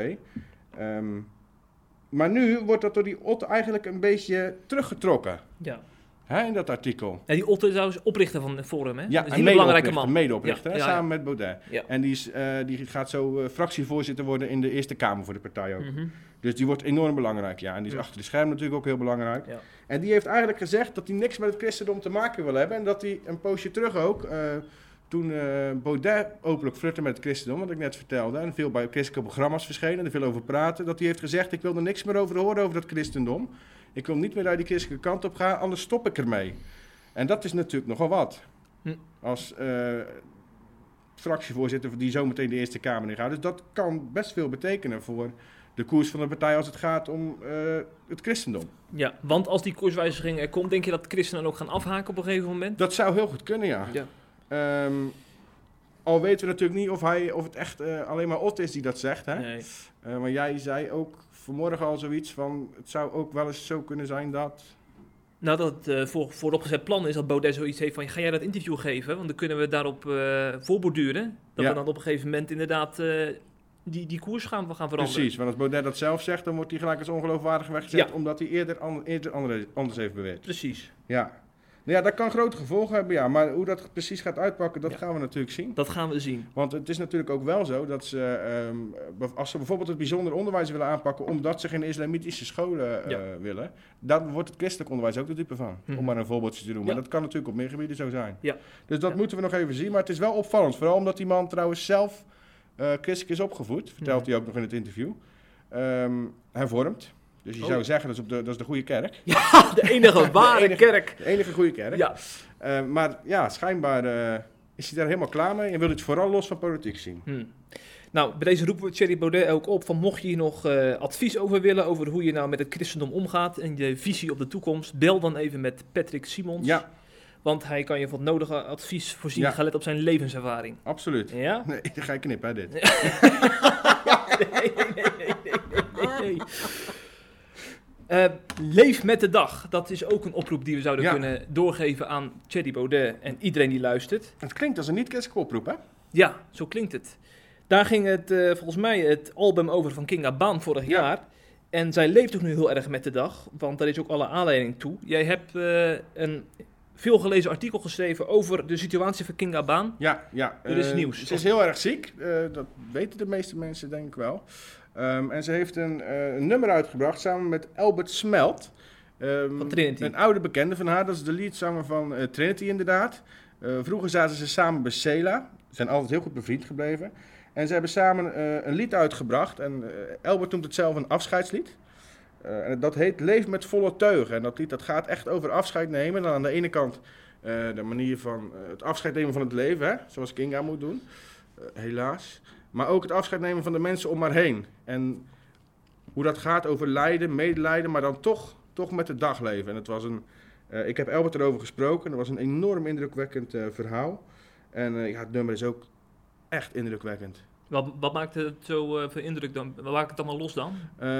S2: Maar nu wordt dat door die Otte eigenlijk een beetje teruggetrokken.
S1: Ja.
S2: In dat artikel.
S1: Ja, die Otte is trouwens oprichter van het Forum, hè?
S2: Ja,
S1: dat is een hele belangrijke man.
S2: Medeoprichter, samen met Baudet.
S1: Ja.
S2: En die gaat zo fractievoorzitter worden in de Eerste Kamer voor de partij ook. Dus die wordt enorm belangrijk, ja. En die is achter de schermen natuurlijk ook heel belangrijk. Ja. En die heeft eigenlijk gezegd dat hij niks met het christendom te maken wil hebben. En dat hij een poosje terug ook, toen Baudet openlijk flirtte met het christendom, wat ik net vertelde, en veel bij christelijke programma's verschenen en er veel over praten, dat hij heeft gezegd, ik wil er niks meer over horen over dat christendom. Ik wil niet meer uit die christelijke kant op gaan, anders stop ik ermee. En dat is natuurlijk nogal wat. Als fractievoorzitter die zometeen de Eerste Kamer in gaat. Dus dat kan best veel betekenen voor de koers van de partij als het gaat om het christendom. Ja,
S1: want als die koerswijziging er komt, denk je dat christenen ook gaan afhaken op een gegeven moment?
S2: Dat zou heel goed kunnen, ja. Al weten we natuurlijk niet of het echt alleen maar Otte is die dat zegt. Hè?
S1: Nee.
S2: Maar jij zei ook vanmorgen al zoiets van, het zou ook wel eens zo kunnen zijn dat...
S1: Nou, dat het voor het opgezet plan is dat Baudet zoiets heeft van, ga jij dat interview geven? Want dan kunnen we daarop voorborduren. Dat we dan op een gegeven moment inderdaad die koers gaan veranderen.
S2: Precies, want als Baudet dat zelf zegt, dan wordt hij gelijk als ongeloofwaardig weggezet, omdat hij eerder anders heeft beweerd.
S1: Precies.
S2: Ja. Nou ja, dat kan grote gevolgen hebben, ja. Maar hoe dat precies gaat uitpakken, dat gaan we natuurlijk zien.
S1: Dat gaan we zien.
S2: Want het is natuurlijk ook wel zo dat ze, als ze bijvoorbeeld het bijzonder onderwijs willen aanpakken, omdat ze geen islamitische scholen willen, dan wordt het christelijk onderwijs ook de dupe van. Om maar een voorbeeldje te doen. Maar dat kan natuurlijk op meer gebieden zo zijn. Ja. Dus dat moeten we nog even zien. Maar het is wel opvallend. Vooral omdat die man trouwens zelf christelijk is opgevoed. Vertelt hij ook nog in het interview. Hervormd. Dus je zou zeggen, dat is de goede kerk.
S1: Ja, de enige ware kerk.
S2: De enige goede kerk.
S1: Ja.
S2: Maar ja, schijnbaar is hij daar helemaal klaar mee en wil het vooral los van politiek zien.
S1: Nou, bij deze roepen we Thierry Baudet ook op van mocht je hier nog advies over willen, over hoe je nou met het christendom omgaat en je visie op de toekomst, bel dan even met Patrick Simons.
S2: Ja.
S1: Want hij kan je van het nodige advies voorzien, gelet op zijn levenservaring.
S2: Absoluut.
S1: Ja?
S2: Nee, dan ga je knippen, hè, dit.
S1: Nee. Leef met de dag. Dat is ook een oproep die we zouden kunnen doorgeven aan Thierry Baudet en iedereen die luistert.
S2: Het klinkt als een niet-christelijke oproep, hè?
S1: Ja, zo klinkt het. Daar ging het volgens mij het album over van Kinga Baan vorig jaar. En zij leeft ook nu heel erg met de dag, want daar is ook alle aanleiding toe. Jij hebt een veel gelezen artikel geschreven over de situatie van Kinga Baan.
S2: Ja.
S1: Er is nieuws.
S2: Ze is heel erg ziek, dat weten de meeste mensen denk ik wel. En ze heeft een nummer uitgebracht samen met Albert Smelt.
S1: Van Trinity.
S2: Een oude bekende van haar, dat is de leadzanger van Trinity inderdaad. Vroeger zaten ze samen bij Sela. Ze zijn altijd heel goed bevriend gebleven. En ze hebben samen een lied uitgebracht. En Albert noemt het zelf een afscheidslied. En dat heet Leef met volle teugen. En dat lied dat gaat echt over afscheid nemen. Dan aan de ene kant de manier van het afscheid nemen van het leven. Hè? Zoals Kinga moet doen. Helaas. Maar ook het afscheid nemen van de mensen om haar heen. En hoe dat gaat over lijden, medelijden, maar dan toch met het dagleven. En het was ik heb Albert erover gesproken. Dat was een enorm indrukwekkend verhaal. En het nummer is ook echt indrukwekkend.
S1: Wat maakt het zo veel indruk dan? Wat maakt het allemaal los dan?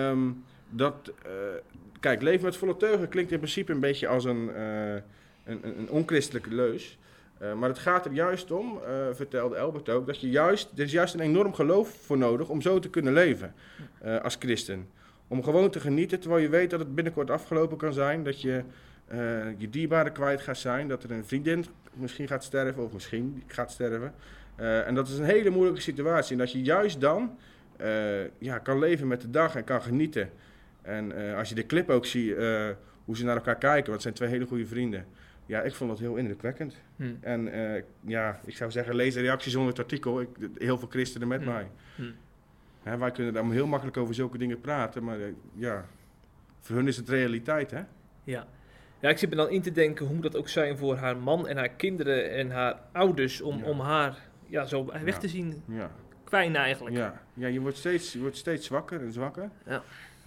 S2: Kijk, leven met volle teugen klinkt in principe een beetje als een onchristelijke leus. Maar het gaat er juist om, vertelde Elbert ook, dat er is juist een enorm geloof voor nodig om zo te kunnen leven als christen. Om gewoon te genieten terwijl je weet dat het binnenkort afgelopen kan zijn, dat je je dierbaren kwijt gaat zijn, dat er een vriendin misschien gaat sterven of misschien gaat sterven. En dat is een hele moeilijke situatie en dat je juist dan kan leven met de dag en kan genieten. En als je de clip ook ziet, hoe ze naar elkaar kijken, want het zijn twee hele goede vrienden. Ja, ik vond dat heel indrukwekkend. En ik zou zeggen, lees de reacties onder het artikel. Heel veel christenen met mij. Wij kunnen daar heel makkelijk over zulke dingen praten, maar voor hun is het realiteit, hè?
S1: Ja. Ja, ik zit me dan in te denken, hoe moet dat ook zijn voor haar man en haar kinderen en haar ouders, om haar zo weg te zien kwijnen eigenlijk.
S2: Ja, je wordt steeds zwakker en zwakker. Ja.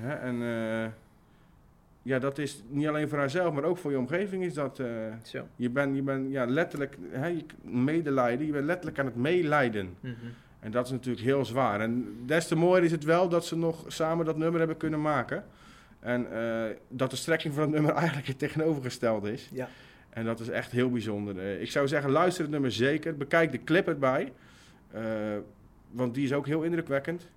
S2: En dat is niet alleen voor haarzelf, maar ook voor je omgeving is dat. Je bent letterlijk medelijden, je bent letterlijk aan het meelijden. Mm-hmm. En dat is natuurlijk heel zwaar. En des te mooier is het wel dat ze nog samen dat nummer hebben kunnen maken. En dat de strekking van het nummer eigenlijk het tegenovergestelde is. Ja. En dat is echt heel bijzonder. Ik zou zeggen, luister het nummer zeker. Bekijk de clip erbij. Want die is ook heel indrukwekkend.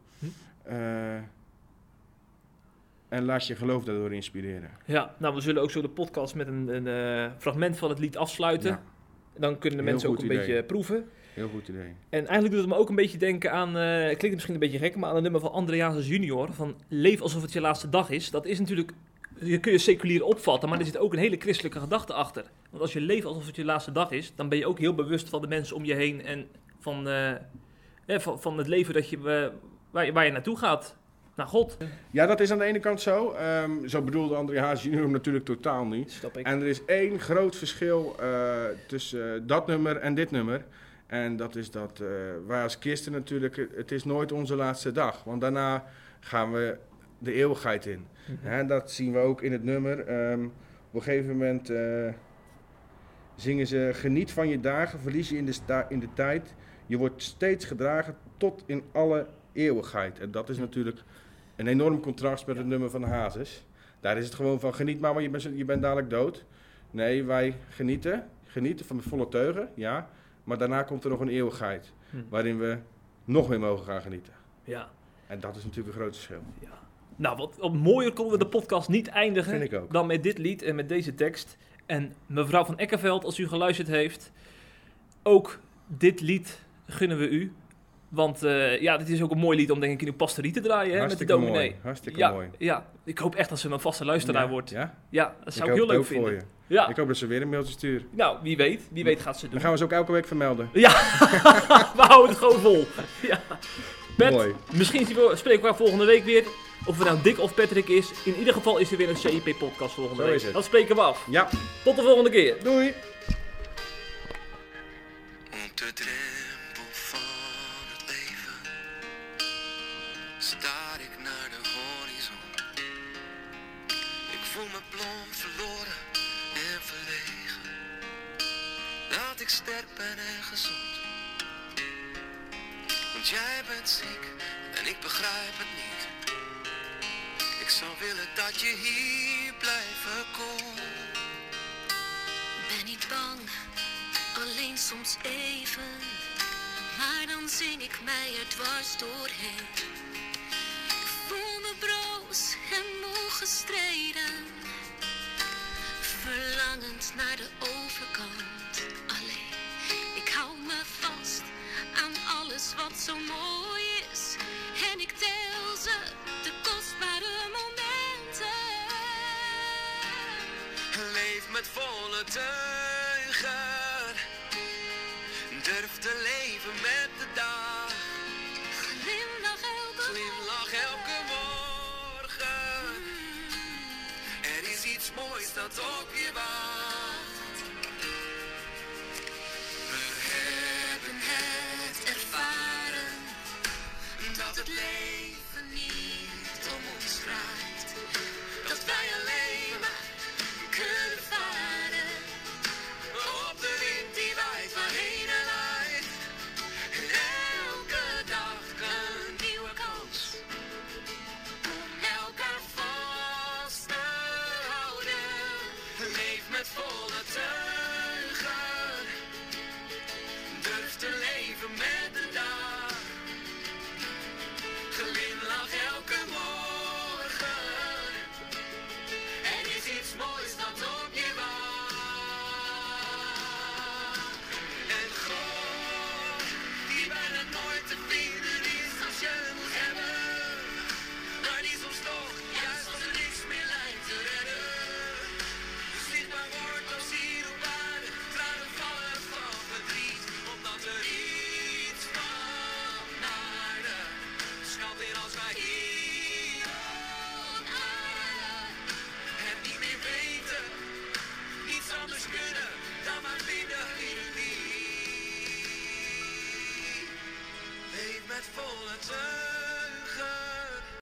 S2: En laat je geloof daardoor inspireren.
S1: Ja, nou we zullen ook zo de podcast met een fragment van het lied afsluiten. Ja. Dan kunnen de mensen ook een beetje proeven.
S2: Heel goed idee.
S1: En eigenlijk doet het me ook een beetje denken aan, klinkt misschien een beetje gek, maar aan een nummer van André Hazes junior, van Leef alsof het je laatste dag is. Dat is natuurlijk, je kun je seculier opvatten, maar er zit ook een hele christelijke gedachte achter. Want als je leeft alsof het je laatste dag is, dan ben je ook heel bewust van de mensen om je heen en van het leven dat waar je naartoe gaat. Naar God.
S2: Ja, dat is aan de ene kant zo. Zo bedoelde André Hazes junior natuurlijk totaal niet.
S1: Snap ik.
S2: En er is één groot verschil tussen dat nummer en dit nummer. En dat is dat wij als christen natuurlijk, het is nooit onze laatste dag. Want daarna gaan we de eeuwigheid in. Mm-hmm. En dat zien we ook in het nummer. Op een gegeven moment zingen ze, geniet van je dagen, verlies je in de tijd. Je wordt steeds gedragen tot in alle eeuwigheid. En dat is natuurlijk een enorm contrast met het nummer van Hazes. Daar is het gewoon van, geniet maar, want je bent dadelijk dood. Nee, wij genieten van de volle teugen, ja. Maar daarna komt er nog een eeuwigheid, waarin we nog meer mogen gaan genieten.
S1: Ja.
S2: En dat is natuurlijk een groot verschil.
S1: Ja. Nou, wat mooier konden we de podcast niet eindigen.
S2: Vind ik ook.
S1: Dan met dit lied en met deze tekst. En mevrouw van Eckerveld, als u geluisterd heeft, ook dit lied gunnen we u. Want dit is ook een mooi lied om denk ik in uw pastorie te draaien met de dominee.
S2: Mooi. Hartstikke mooi.
S1: Ja, ik hoop echt dat ze een vaste luisteraar wordt.
S2: Ja?
S1: Ja, dat zou ik heel leuk vinden. Voor je.
S2: Ja. Ik hoop dat ze weer een mailtje sturen.
S1: Nou, wie weet gaat ze doen.
S2: Dan gaan we ze ook elke week vermelden.
S1: Ja, we houden het gewoon vol. Ja.
S2: Mooi.
S1: Misschien spreken we volgende week weer. Of het nou Dick of Patrick is. In ieder geval is er weer een CIP-podcast volgende week.
S2: Is het.
S1: Dat spreken we af.
S2: Ja.
S1: Tot de volgende keer.
S2: Doei.
S3: Staar ik naar de horizon. Ik voel me plomp verloren en verlegen. Dat ik sterk ben en gezond. Want jij bent ziek en ik begrijp het niet. Ik zou willen dat je hier blijven komt.
S4: Ben niet bang, alleen soms even. Maar dan zing ik mij er dwars doorheen. Voel me broos en moe gestreden, verlangend naar de overkant. Alleen, ik hou me vast aan alles wat zo mooi is. En ik tel ze, de kostbare momenten.
S3: Leef met volle teugen, durf te leven met de dag.
S4: Glimlach
S3: elke morgen. Er is iets moois dat op je wacht. We hebben het ervaren, dat het leven niet om ons draait. Dat wij alleen